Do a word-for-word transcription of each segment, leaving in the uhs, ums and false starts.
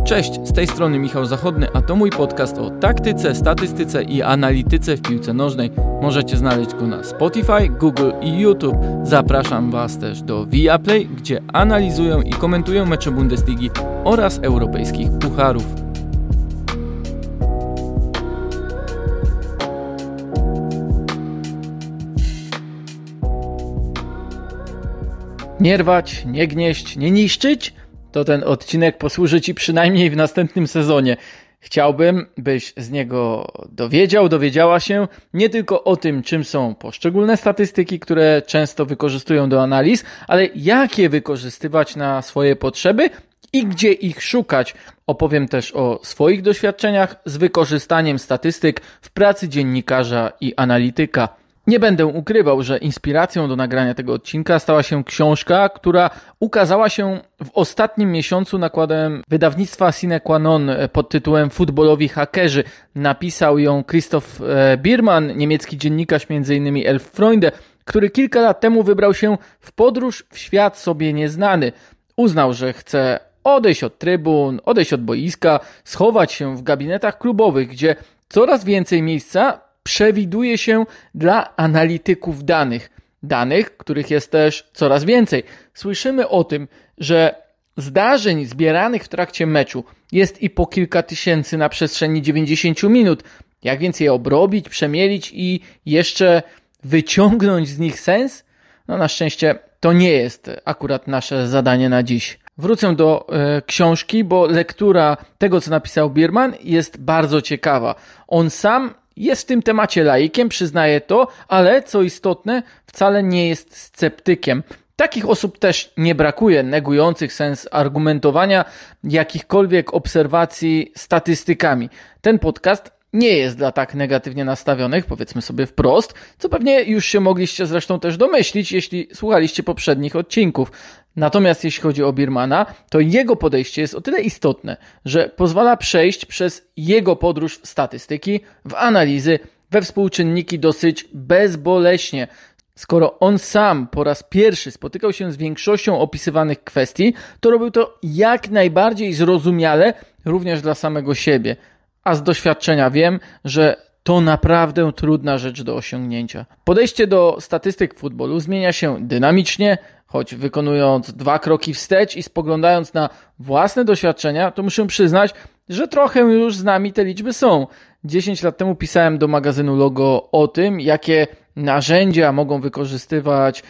Cześć, z tej strony Michał Zachodny, a to mój podcast o taktyce, statystyce i analityce w piłce nożnej. Możecie znaleźć go na Spotify, Google i YouTube. Zapraszam Was też do Viaplay, gdzie analizują i komentują mecze Bundesligi oraz europejskich pucharów. Nie rwać, nie gnieść, nie niszczyć? To ten odcinek posłuży Ci przynajmniej w następnym sezonie. Chciałbym, byś z niego dowiedział, dowiedziała się nie tylko o tym, czym są poszczególne statystyki, które często wykorzystują do analiz, ale jak je wykorzystywać na swoje potrzeby i gdzie ich szukać. Opowiem też o swoich doświadczeniach z wykorzystaniem statystyk w pracy dziennikarza i analityka. Nie będę ukrywał, że inspiracją do nagrania tego odcinka stała się książka, która ukazała się w ostatnim miesiącu nakładem wydawnictwa Sine Qua Non pod tytułem Futbolowi hakerzy. Napisał ją Christoph Biermann, niemiecki dziennikarz między innymi Elf Freunde, który kilka lat temu wybrał się w podróż w świat sobie nieznany. Uznał, że chce odejść od trybun, odejść od boiska, schować się w gabinetach klubowych, gdzie coraz więcej miejsca przewiduje się dla analityków danych. Danych, których jest też coraz więcej. Słyszymy o tym, że zdarzeń zbieranych w trakcie meczu jest i po kilka tysięcy na przestrzeni dziewięćdziesięciu minut. Jak więc je obrobić, przemielić i jeszcze wyciągnąć z nich sens? No na szczęście to nie jest akurat nasze zadanie na dziś. Wrócę do e, książki, bo lektura tego, co napisał Biermann, jest bardzo ciekawa. On sam jest w tym temacie laikiem, przyznaję to, ale co istotne, wcale nie jest sceptykiem. Takich osób też nie brakuje, negujących sens argumentowania jakichkolwiek obserwacji statystykami. Ten podcast nie jest dla tak negatywnie nastawionych, powiedzmy sobie wprost, co pewnie już się mogliście zresztą też domyślić, jeśli słuchaliście poprzednich odcinków. Natomiast jeśli chodzi o Biermanna, to jego podejście jest o tyle istotne, że pozwala przejść przez jego podróż w statystyki, w analizy, we współczynniki dosyć bezboleśnie. Skoro on sam po raz pierwszy spotykał się z większością opisywanych kwestii, to robił to jak najbardziej zrozumiale również dla samego siebie. A z doświadczenia wiem, że to naprawdę trudna rzecz do osiągnięcia. Podejście do statystyk w futbolu zmienia się dynamicznie, choć wykonując dwa kroki wstecz i spoglądając na własne doświadczenia, to muszę przyznać, że trochę już z nami te liczby są. dziesięć lat temu pisałem do magazynu Logo o tym, jakie narzędzia mogą wykorzystywać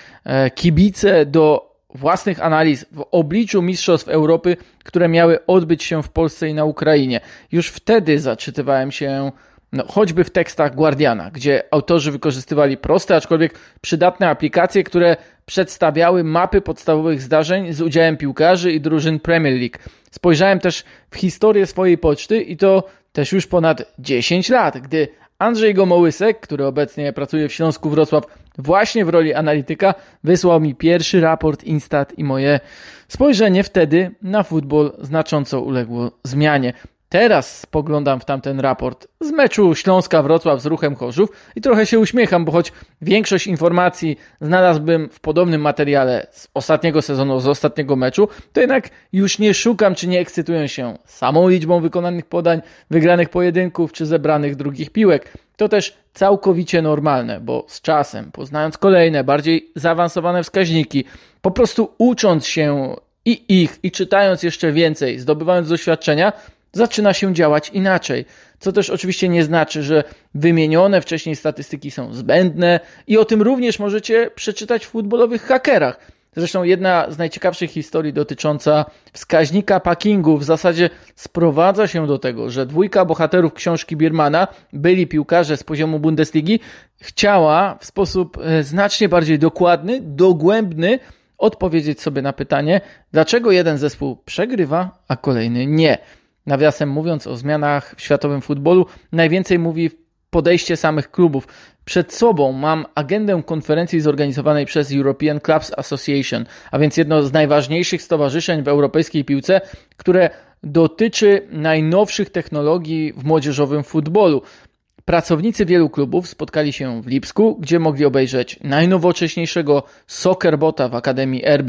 kibice do własnych analiz w obliczu Mistrzostw Europy, które miały odbyć się w Polsce i na Ukrainie. Już wtedy zaczytywałem się no, choćby w tekstach Guardiana, gdzie autorzy wykorzystywali proste, aczkolwiek przydatne aplikacje, które przedstawiały mapy podstawowych zdarzeń z udziałem piłkarzy i drużyn Premier League. Spojrzałem też w historię swojej poczty i to też już ponad dziesięć lat, gdy Andrzej Gomołysek, który obecnie pracuje w Śląsku Wrocław właśnie w roli analityka, wysłał mi pierwszy raport Instat i moje spojrzenie wtedy na futbol znacząco uległo zmianie. Teraz spoglądam w tamten raport z meczu Śląska Wrocław z Ruchem Chorzów i trochę się uśmiecham, bo choć większość informacji znalazłbym w podobnym materiale z ostatniego sezonu, z ostatniego meczu, to jednak już nie szukam, czy nie ekscytuję się samą liczbą wykonanych podań, wygranych pojedynków, czy zebranych drugich piłek. To też całkowicie normalne, bo z czasem, poznając kolejne, bardziej zaawansowane wskaźniki, po prostu ucząc się i ich, i czytając jeszcze więcej, zdobywając doświadczenia, zaczyna się działać inaczej, co też oczywiście nie znaczy, że wymienione wcześniej statystyki są zbędne i o tym również możecie przeczytać w futbolowych hakerach. Zresztą jedna z najciekawszych historii dotycząca wskaźnika packingu w zasadzie sprowadza się do tego, że dwójka bohaterów książki Biermanna, byli piłkarze z poziomu Bundesligi, chciała w sposób znacznie bardziej dokładny, dogłębny odpowiedzieć sobie na pytanie, dlaczego jeden zespół przegrywa, a kolejny nie. Nawiasem mówiąc o zmianach w światowym futbolu, najwięcej mówi podejście samych klubów. Przed sobą mam agendę konferencji zorganizowanej przez European Clubs Association, a więc jedno z najważniejszych stowarzyszeń w europejskiej piłce, które dotyczy najnowszych technologii w młodzieżowym futbolu. Pracownicy wielu klubów spotkali się w Lipsku, gdzie mogli obejrzeć najnowocześniejszego soccerbota w Akademii R B.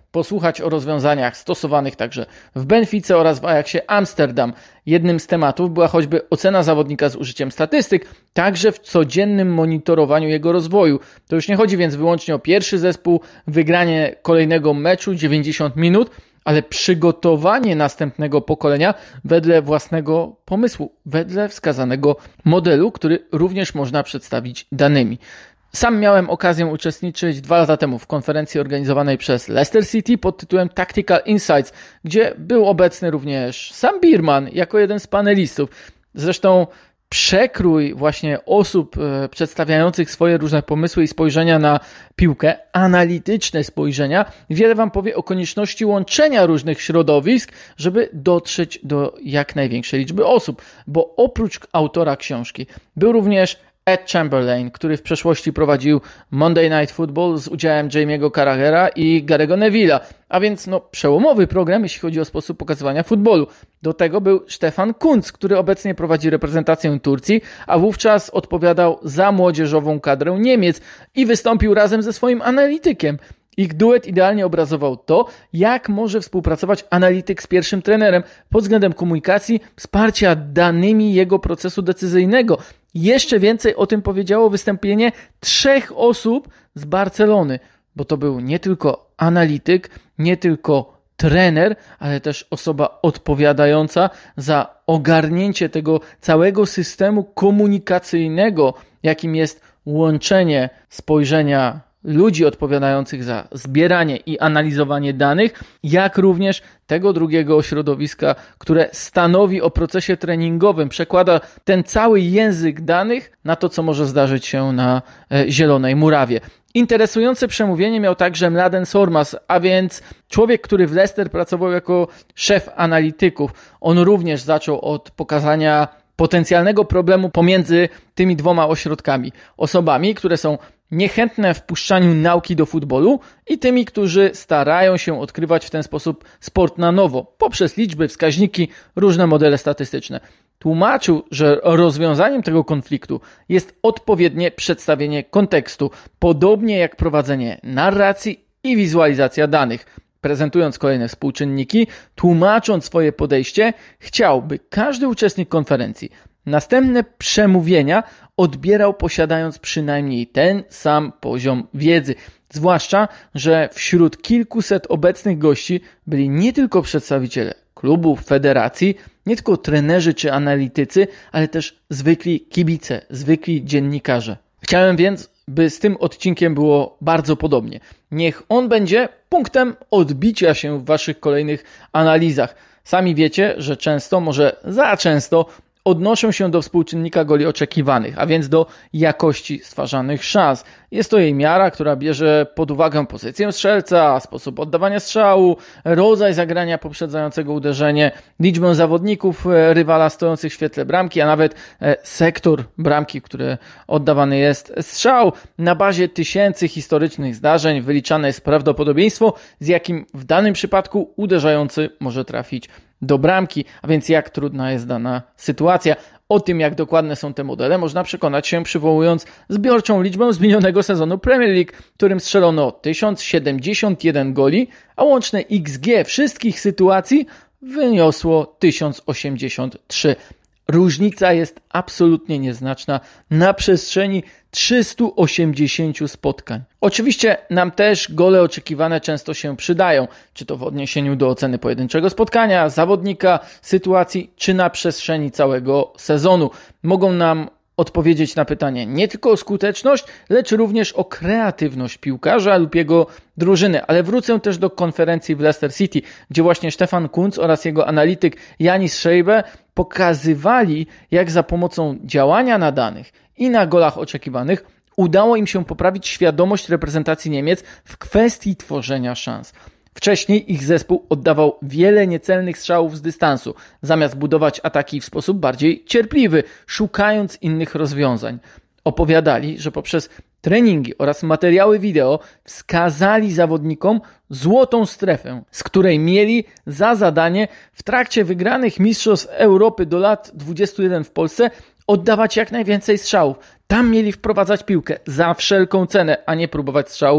posłuchać o rozwiązaniach stosowanych także w Benfice oraz w Ajaxie Amsterdam. Jednym z tematów była choćby ocena zawodnika z użyciem statystyk, także w codziennym monitorowaniu jego rozwoju. To już nie chodzi więc wyłącznie o pierwszy zespół, wygranie kolejnego meczu dziewięćdziesiąt minut, ale przygotowanie następnego pokolenia wedle własnego pomysłu, wedle wskazanego modelu, który również można przedstawić danymi. Sam miałem okazję uczestniczyć dwa lata temu w konferencji organizowanej przez Leicester City pod tytułem Tactical Insights, gdzie był obecny również Sam Bierman jako jeden z panelistów. Zresztą przekrój właśnie osób e, przedstawiających swoje różne pomysły i spojrzenia na piłkę, analityczne spojrzenia, wiele Wam powie o konieczności łączenia różnych środowisk, żeby dotrzeć do jak największej liczby osób. Bo oprócz autora książki był również Ed Chamberlain, który w przeszłości prowadził Monday Night Football z udziałem Jamie'ego Carraghera i Gary'ego Neville'a, a więc no przełomowy program, jeśli chodzi o sposób pokazywania futbolu. Do tego był Stefan Kuntz, który obecnie prowadzi reprezentację Turcji, a wówczas odpowiadał za młodzieżową kadrę Niemiec i wystąpił razem ze swoim analitykiem. Ich duet idealnie obrazował to, jak może współpracować analityk z pierwszym trenerem pod względem komunikacji, wsparcia danymi jego procesu decyzyjnego. Jeszcze więcej o tym powiedziało wystąpienie trzech osób z Barcelony, bo to był nie tylko analityk, nie tylko trener, ale też osoba odpowiadająca za ogarnięcie tego całego systemu komunikacyjnego, jakim jest łączenie spojrzenia ludzi odpowiadających za zbieranie i analizowanie danych, jak również tego drugiego środowiska, które stanowi o procesie treningowym, przekłada ten cały język danych na to, co może zdarzyć się na e, Zielonej Murawie. Interesujące przemówienie miał także Mladen Sormas, a więc człowiek, który w Leicester pracował jako szef analityków. On również zaczął od pokazania potencjalnego problemu pomiędzy tymi dwoma ośrodkami. Osobami, które są niechętne w puszczaniu nauki do futbolu i tymi, którzy starają się odkrywać w ten sposób sport na nowo, poprzez liczby, wskaźniki, różne modele statystyczne. Tłumaczył, że rozwiązaniem tego konfliktu jest odpowiednie przedstawienie kontekstu, podobnie jak prowadzenie narracji i wizualizacja danych. Prezentując kolejne współczynniki, tłumacząc swoje podejście, chciał, by każdy uczestnik konferencji następne przemówienia odbierał posiadając przynajmniej ten sam poziom wiedzy. Zwłaszcza, że wśród kilkuset obecnych gości byli nie tylko przedstawiciele klubów, federacji, nie tylko trenerzy czy analitycy, ale też zwykli kibice, zwykli dziennikarze. Chciałem więc, by z tym odcinkiem było bardzo podobnie. Niech on będzie punktem odbicia się w waszych kolejnych analizach. Sami wiecie, że często, może za często, odnoszą się do współczynnika goli oczekiwanych, a więc do jakości stwarzanych szans. Jest to jej miara, która bierze pod uwagę pozycję strzelca, sposób oddawania strzału, rodzaj zagrania poprzedzającego uderzenie, liczbę zawodników rywala stojących w świetle bramki, a nawet sektor bramki, w który oddawany jest strzał. Na bazie tysięcy historycznych zdarzeń wyliczane jest prawdopodobieństwo, z jakim w danym przypadku uderzający może trafić do bramki, a więc jak trudna jest dana sytuacja. O tym, jak dokładne są te modele, można przekonać się przywołując zbiorczą liczbę z minionego sezonu Premier League, w którym strzelono tysiąc siedemdziesiąt jeden goli, a łączne X G wszystkich sytuacji wyniosło tysiąc osiemdziesiąt trzy. Różnica jest absolutnie nieznaczna na przestrzeni trzysta osiemdziesiąt spotkań. Oczywiście nam też gole oczekiwane często się przydają, czy to w odniesieniu do oceny pojedynczego spotkania, zawodnika, sytuacji, czy na przestrzeni całego sezonu. Mogą nam odpowiedzieć na pytanie nie tylko o skuteczność, lecz również o kreatywność piłkarza lub jego drużyny. Ale wrócę też do konferencji w Leicester City, gdzie właśnie Stefan Kuntz oraz jego analityk Janis Szejbe pokazywali, jak za pomocą działania na danych i na golach oczekiwanych udało im się poprawić świadomość reprezentacji Niemiec w kwestii tworzenia szans. Wcześniej ich zespół oddawał wiele niecelnych strzałów z dystansu, zamiast budować ataki w sposób bardziej cierpliwy, szukając innych rozwiązań. Opowiadali, że poprzez treningi oraz materiały wideo wskazali zawodnikom złotą strefę, z której mieli za zadanie w trakcie wygranych Mistrzostw Europy do lat dwudziestu jeden w Polsce oddawać jak najwięcej strzałów. Tam mieli wprowadzać piłkę za wszelką cenę, a nie próbować strzałów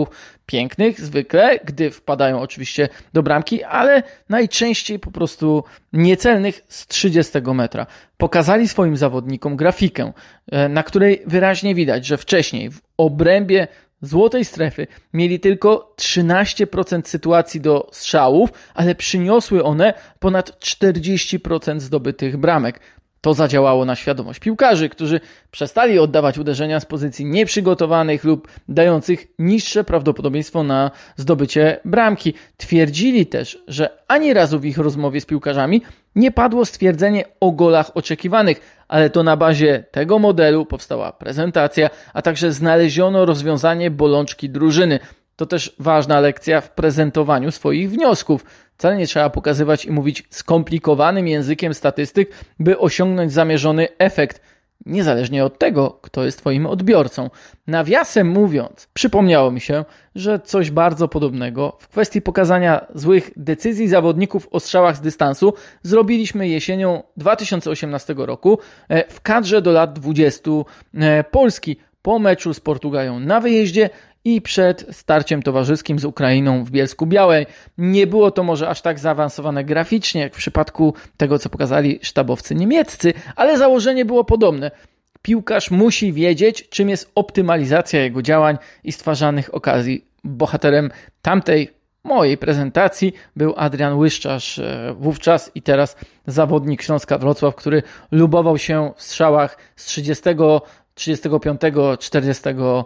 pięknych zwykle, gdy wpadają oczywiście do bramki, ale najczęściej po prostu niecelnych z trzydziestego metra. Pokazali swoim zawodnikom grafikę, na której wyraźnie widać, że wcześniej w obrębie złotej strefy mieli tylko trzynaście procent sytuacji do strzałów, ale przyniosły one ponad czterdzieści procent zdobytych bramek. To zadziałało na świadomość piłkarzy, którzy przestali oddawać uderzenia z pozycji nieprzygotowanych lub dających niższe prawdopodobieństwo na zdobycie bramki. Twierdzili też, że ani razu w ich rozmowie z piłkarzami nie padło stwierdzenie o golach oczekiwanych, ale to na bazie tego modelu powstała prezentacja, a także znaleziono rozwiązanie bolączki drużyny. To też ważna lekcja w prezentowaniu swoich wniosków. Wcale nie trzeba pokazywać i mówić skomplikowanym językiem statystyk, by osiągnąć zamierzony efekt, niezależnie od tego, kto jest twoim odbiorcą. Nawiasem mówiąc, przypomniało mi się, że coś bardzo podobnego w kwestii pokazania złych decyzji zawodników o strzałach z dystansu zrobiliśmy jesienią dwa tysiące osiemnastego roku w kadrze do lat dwudziestu Polski po meczu z Portugalią na wyjeździe i przed starciem towarzyskim z Ukrainą w Bielsku-Białej. Nie było to może aż tak zaawansowane graficznie, jak w przypadku tego, co pokazali sztabowcy niemieccy, ale założenie było podobne. Piłkarz musi wiedzieć, czym jest optymalizacja jego działań i stwarzanych okazji. Bohaterem tamtej mojej prezentacji był Adrian Łyszczarz, wówczas i teraz zawodnik Śląska Wrocław, który lubował się w strzałach z trzydziestego, trzydziestego piątego, czterdziestego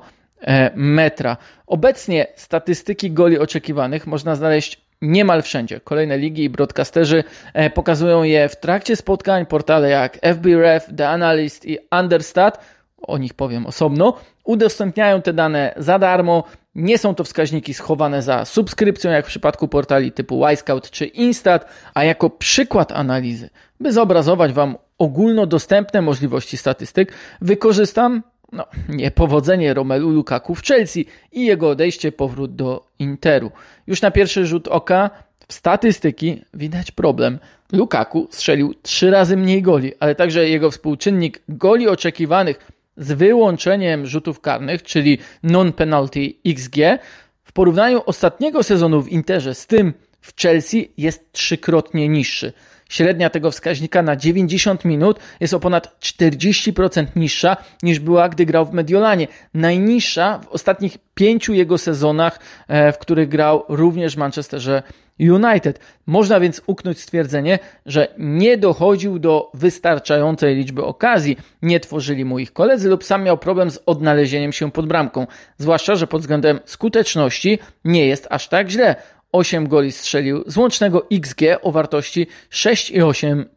metra. Obecnie statystyki goli oczekiwanych można znaleźć niemal wszędzie. Kolejne ligi i broadcasterzy pokazują je w trakcie spotkań. Portale jak F B Ref, The Analyst i Understat, o nich powiem osobno, udostępniają te dane za darmo. Nie są to wskaźniki schowane za subskrypcją, jak w przypadku portali typu Wisecout czy Instat, a jako przykład analizy, by zobrazować Wam ogólnodostępne możliwości statystyk, wykorzystam No, niepowodzenie Romelu Lukaku w Chelsea i jego odejście, powrót do Interu. Już na pierwszy rzut oka w statystyki widać problem. Lukaku strzelił trzy razy mniej goli, ale także jego współczynnik goli oczekiwanych z wyłączeniem rzutów karnych, czyli non-penalty X G, w porównaniu ostatniego sezonu w Interze z tym w Chelsea jest trzykrotnie niższy. Średnia tego wskaźnika na dziewięćdziesiąt minut jest o ponad czterdzieści procent niższa niż była, gdy grał w Mediolanie. Najniższa w ostatnich pięciu jego sezonach, w których grał również w Manchesterze United. Można więc uknąć stwierdzenie, że nie dochodził do wystarczającej liczby okazji, nie tworzyli mu ich koledzy lub sam miał problem z odnalezieniem się pod bramką. Zwłaszcza, że pod względem skuteczności nie jest aż tak źle. osiem goli strzelił z łącznego X G o wartości sześć przecinek osiem.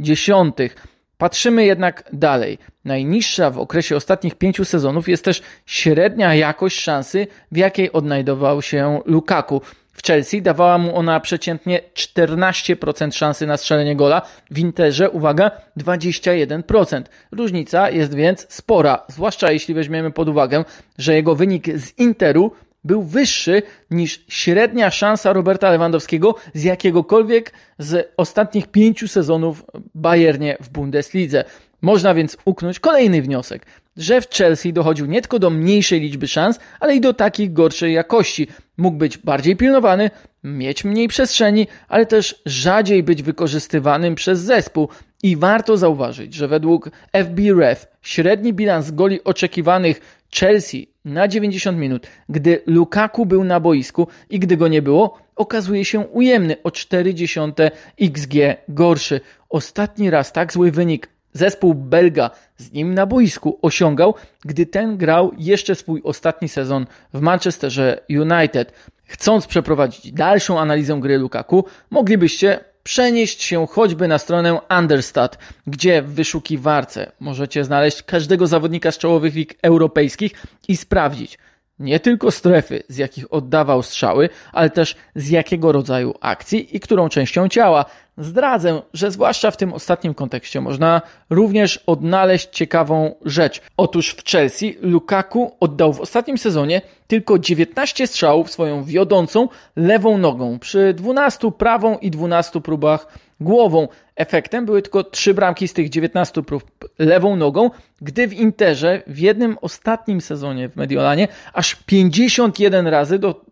Patrzymy jednak dalej. Najniższa w okresie ostatnich pięciu sezonów jest też średnia jakość szansy, w jakiej odnajdował się Lukaku. W Chelsea dawała mu ona przeciętnie czternaście procent szansy na strzelenie gola, w Interze, uwaga, dwadzieścia jeden procent. Różnica jest więc spora, zwłaszcza jeśli weźmiemy pod uwagę, że jego wynik z Interu był wyższy niż średnia szansa Roberta Lewandowskiego z jakiegokolwiek z ostatnich pięciu sezonów w Bayernie w Bundeslidze. Można więc uknąć kolejny wniosek, że w Chelsea dochodził nie tylko do mniejszej liczby szans, ale i do takich gorszej jakości. Mógł być bardziej pilnowany, mieć mniej przestrzeni, ale też rzadziej być wykorzystywanym przez zespół. I warto zauważyć, że według F B Ref średni bilans goli oczekiwanych Chelsea na dziewięćdziesiąt minut, gdy Lukaku był na boisku i gdy go nie było, okazuje się ujemny, o cztery przecinek X G gorszy. Ostatni raz tak zły wynik zespół Belga z nim na boisku osiągał, gdy ten grał jeszcze swój ostatni sezon w Manchesterze United. Chcąc przeprowadzić dalszą analizę gry Lukaku, moglibyście przenieść się choćby na stronę Understat, gdzie w wyszukiwarce możecie znaleźć każdego zawodnika z czołowych lig europejskich i sprawdzić nie tylko strefy, z jakich oddawał strzały, ale też z jakiego rodzaju akcji i którą częścią ciała. Zdradzę, że zwłaszcza w tym ostatnim kontekście można również odnaleźć ciekawą rzecz. Otóż w Chelsea Lukaku oddał w ostatnim sezonie tylko dziewiętnaście strzałów swoją wiodącą lewą nogą przy dwunastu prawą i dwunastu próbach głową. Efektem były tylko trzy bramki z tych dziewiętnastu prób lewą nogą, gdy w Interze w jednym ostatnim sezonie w Mediolanie aż pięćdziesiąt jeden razy do,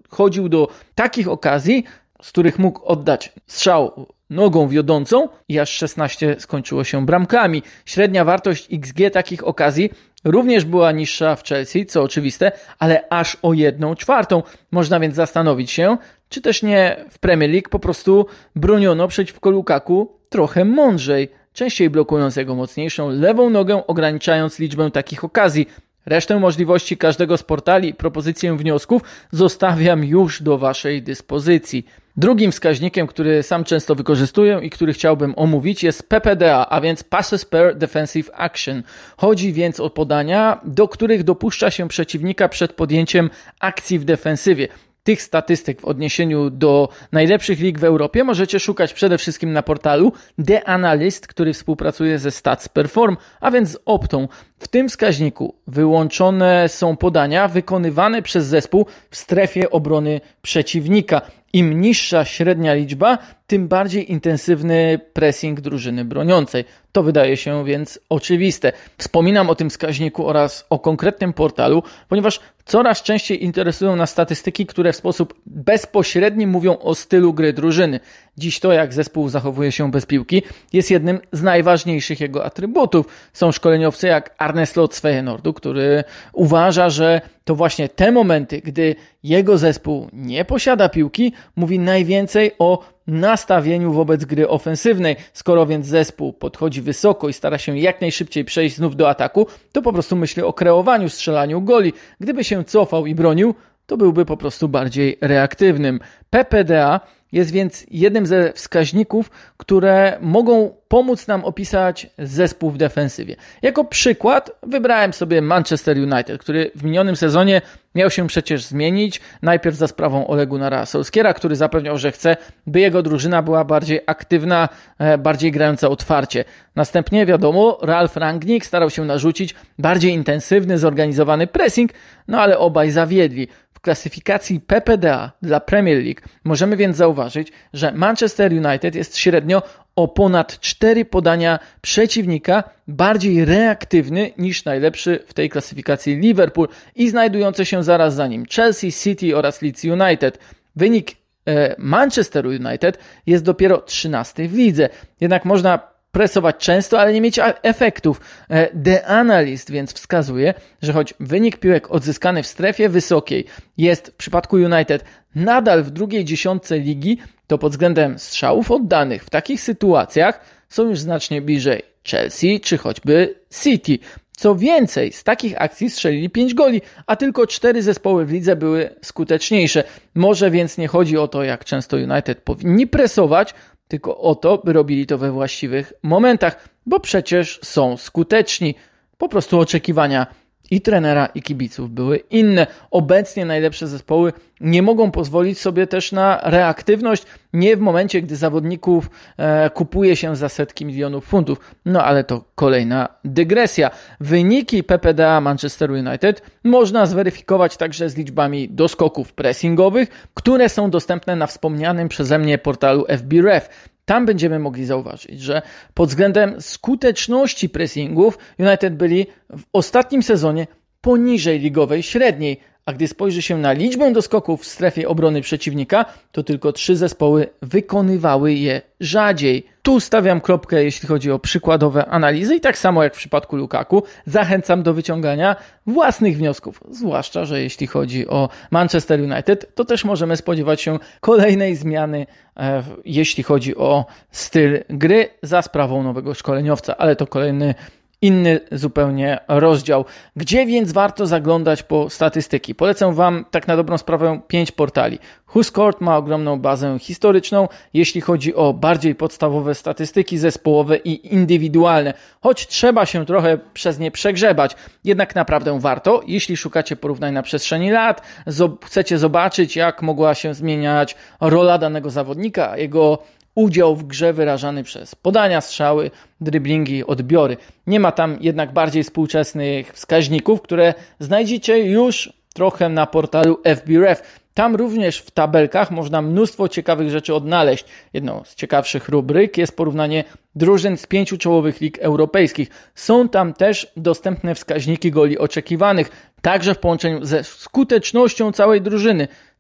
dochodził do takich okazji, z których mógł oddać strzał nogą wiodącą i aż szesnaście skończyło się bramkami. Średnia wartość X G takich okazji również była niższa w Chelsea, co oczywiste, ale aż o jedną czwartą. Można więc zastanowić się, czy też nie w Premier League po prostu broniono przeciwko Lukaku trochę mądrzej, częściej blokując jego mocniejszą lewą nogę, ograniczając liczbę takich okazji. Resztę możliwości każdego z portali i propozycję wniosków zostawiam już do waszej dyspozycji. Drugim wskaźnikiem, który sam często wykorzystuję i który chciałbym omówić, jest P P D A, a więc Passes per Defensive Action. Chodzi więc o podania, do których dopuszcza się przeciwnika przed podjęciem akcji w defensywie. Tych statystyk w odniesieniu do najlepszych lig w Europie możecie szukać przede wszystkim na portalu The Analyst, który współpracuje ze Stats Perform, a więc z Optą. W tym wskaźniku wyłączone są podania wykonywane przez zespół w strefie obrony przeciwnika. Im niższa średnia liczba, tym bardziej intensywny pressing drużyny broniącej. To wydaje się więc oczywiste. Wspominam o tym wskaźniku oraz o konkretnym portalu, ponieważ coraz częściej interesują nas statystyki, które w sposób bezpośredni mówią o stylu gry drużyny. Dziś to, jak zespół zachowuje się bez piłki, jest jednym z najważniejszych jego atrybutów. Są szkoleniowcy jak Arne Slot z Feyenoordu, który uważa, że to właśnie te momenty, gdy jego zespół nie posiada piłki, mówi najwięcej o nastawieniu wobec gry ofensywnej. Skoro więc zespół podchodzi wysoko i stara się jak najszybciej przejść znów do ataku, to po prostu myśli o kreowaniu, strzelaniu goli. Gdyby się cofał i bronił, to byłby po prostu bardziej reaktywnym. P P D A jest więc jednym ze wskaźników, które mogą pomóc nam opisać zespół w defensywie. Jako przykład wybrałem sobie Manchester United, który w minionym sezonie miał się przecież zmienić. Najpierw za sprawą Ole Gunnara Solskjaera, który zapewniał, że chce, by jego drużyna była bardziej aktywna, bardziej grająca otwarcie. Następnie, wiadomo, Ralf Rangnick starał się narzucić bardziej intensywny, zorganizowany pressing, no ale obaj zawiedli. W klasyfikacji P P D A dla Premier League możemy więc zauważyć, że Manchester United jest średnio o ponad cztery podania przeciwnika bardziej reaktywny niż najlepszy w tej klasyfikacji Liverpool i znajdujący się zaraz za nim Chelsea, City oraz Leeds United. Wynik e, Manchester United jest dopiero trzynasty w lidze, jednak można presować często, ale nie mieć efektów. The Analyst więc wskazuje, że choć wynik piłek odzyskany w strefie wysokiej jest w przypadku United nadal w drugiej dziesiątce ligi, to pod względem strzałów oddanych w takich sytuacjach są już znacznie bliżej Chelsea czy choćby City. Co więcej, z takich akcji strzelili pięć goli, a tylko cztery zespoły w lidze były skuteczniejsze. Może więc nie chodzi o to, jak często United powinni presować, tylko o to, by robili to we właściwych momentach, bo przecież są skuteczni. Po prostu oczekiwania i trenera, i kibiców były inne. Obecnie najlepsze zespoły nie mogą pozwolić sobie też na reaktywność, nie w momencie, gdy zawodników e, kupuje się za setki milionów funtów. No ale to kolejna dygresja. Wyniki P P D A Manchester United można zweryfikować także z liczbami doskoków pressingowych, które są dostępne na wspomnianym przeze mnie portalu F B Ref. Tam będziemy mogli zauważyć, że pod względem skuteczności pressingów United byli w ostatnim sezonie poniżej ligowej średniej, a gdy spojrzy się na liczbę doskoków w strefie obrony przeciwnika, to tylko trzy zespoły wykonywały je rzadziej. Tu stawiam kropkę, jeśli chodzi o przykładowe analizy i tak samo jak w przypadku Lukaku zachęcam do wyciągania własnych wniosków, zwłaszcza, że jeśli chodzi o Manchester United, to też możemy spodziewać się kolejnej zmiany, e, jeśli chodzi o styl gry za sprawą nowego szkoleniowca, ale to kolejny inny zupełnie rozdział. Gdzie więc warto zaglądać po statystyki? Polecam Wam tak na dobrą sprawę pięć portali. WhoScored ma ogromną bazę historyczną, jeśli chodzi o bardziej podstawowe statystyki zespołowe i indywidualne. Choć trzeba się trochę przez nie przegrzebać, jednak naprawdę warto, jeśli szukacie porównań na przestrzeni lat, zob- chcecie zobaczyć, jak mogła się zmieniać rola danego zawodnika, jego udział w grze wyrażany przez podania, strzały, driblingi, odbiory. Nie ma tam jednak bardziej współczesnych wskaźników, które znajdziecie już trochę na portalu F B Ref. Tam również w tabelkach można mnóstwo ciekawych rzeczy odnaleźć. Jedną z ciekawszych rubryk jest porównanie drużyn z pięciu czołowych lig europejskich. Są tam też dostępne wskaźniki goli oczekiwanych, także w połączeniu ze skutecznością całej drużyny.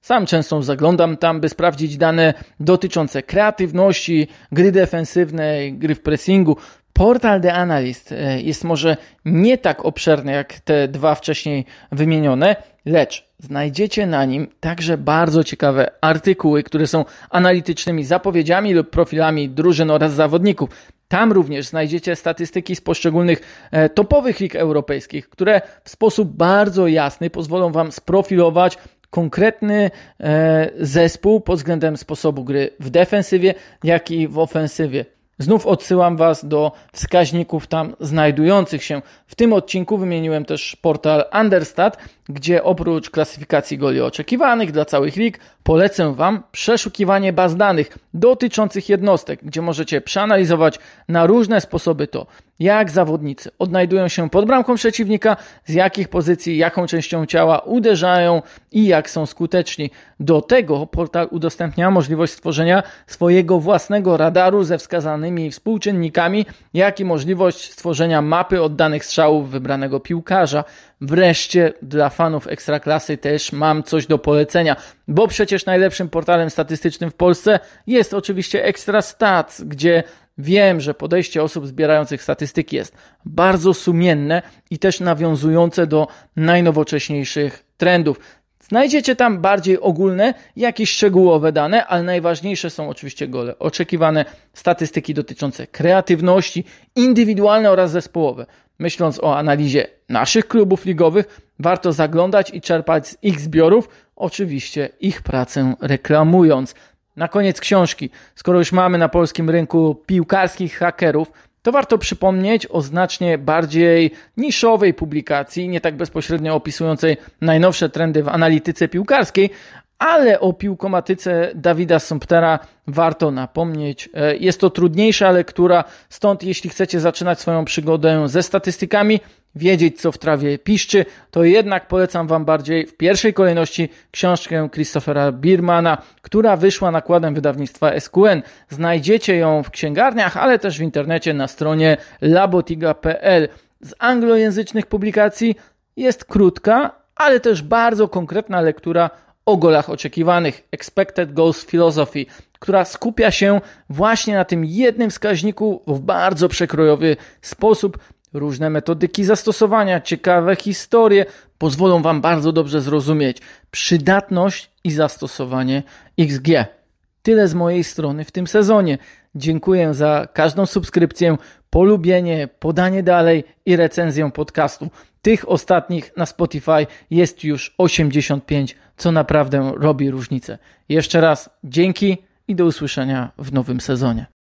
Sam często zaglądam tam, by sprawdzić dane dotyczące kreatywności, gry defensywnej, gry w pressingu. Portal The Analyst jest może nie tak obszerny jak te dwa wcześniej wymienione, lecz znajdziecie na nim także bardzo ciekawe artykuły, które są analitycznymi zapowiedziami lub profilami drużyn oraz zawodników. Tam również znajdziecie statystyki z poszczególnych e, topowych lig europejskich, które w sposób bardzo jasny pozwolą Wam sprofilować konkretny e, zespół pod względem sposobu gry w defensywie, jak i w ofensywie. Znów odsyłam Was do wskaźników tam znajdujących się. W tym odcinku wymieniłem też portal Understat, gdzie oprócz klasyfikacji goli oczekiwanych dla całych lig, polecę Wam przeszukiwanie baz danych dotyczących jednostek, gdzie możecie przeanalizować na różne sposoby to, jak zawodnicy odnajdują się pod bramką przeciwnika, z jakich pozycji, jaką częścią ciała uderzają i jak są skuteczni. Do tego portal udostępnia możliwość stworzenia swojego własnego radaru ze wskazanymi współczynnikami, jak i możliwość stworzenia mapy oddanych strzałów wybranego piłkarza. Wreszcie dla fanów Ekstraklasy też mam coś do polecenia, bo przecież najlepszym portalem statystycznym w Polsce jest oczywiście Ekstrastat, gdzie wiem, że podejście osób zbierających statystyki jest bardzo sumienne i też nawiązujące do najnowocześniejszych trendów. Znajdziecie tam bardziej ogólne, jakieś szczegółowe dane, ale najważniejsze są oczywiście gole oczekiwane, statystyki dotyczące kreatywności, indywidualne oraz zespołowe. Myśląc o analizie naszych klubów ligowych, warto zaglądać i czerpać z ich zbiorów, oczywiście ich pracę reklamując. Na koniec książki, skoro już mamy na polskim rynku piłkarskich hakerów, to warto przypomnieć o znacznie bardziej niszowej publikacji, nie tak bezpośrednio opisującej najnowsze trendy w analityce piłkarskiej, ale o piłkomatyce Dawida Sumptera warto napomnieć. Jest to trudniejsza lektura, stąd jeśli chcecie zaczynać swoją przygodę ze statystykami, wiedzieć co w trawie piszczy, to jednak polecam Wam bardziej w pierwszej kolejności książkę Christophera Biermana, która wyszła nakładem wydawnictwa S Q N. Znajdziecie ją w księgarniach, ale też w internecie na stronie labotiga kropka p l. Z anglojęzycznych publikacji jest krótka, ale też bardzo konkretna lektura o golach oczekiwanych, Expected Goals Philosophy, która skupia się właśnie na tym jednym wskaźniku w bardzo przekrojowy sposób. Różne metodyki zastosowania, ciekawe historie pozwolą Wam bardzo dobrze zrozumieć przydatność i zastosowanie X G. Tyle z mojej strony w tym sezonie. Dziękuję za każdą subskrypcję, polubienie, podanie dalej i recenzję podcastu. Tych ostatnich na Spotify jest już osiemdziesiąt pięć, co naprawdę robi różnicę. Jeszcze raz dzięki i do usłyszenia w nowym sezonie.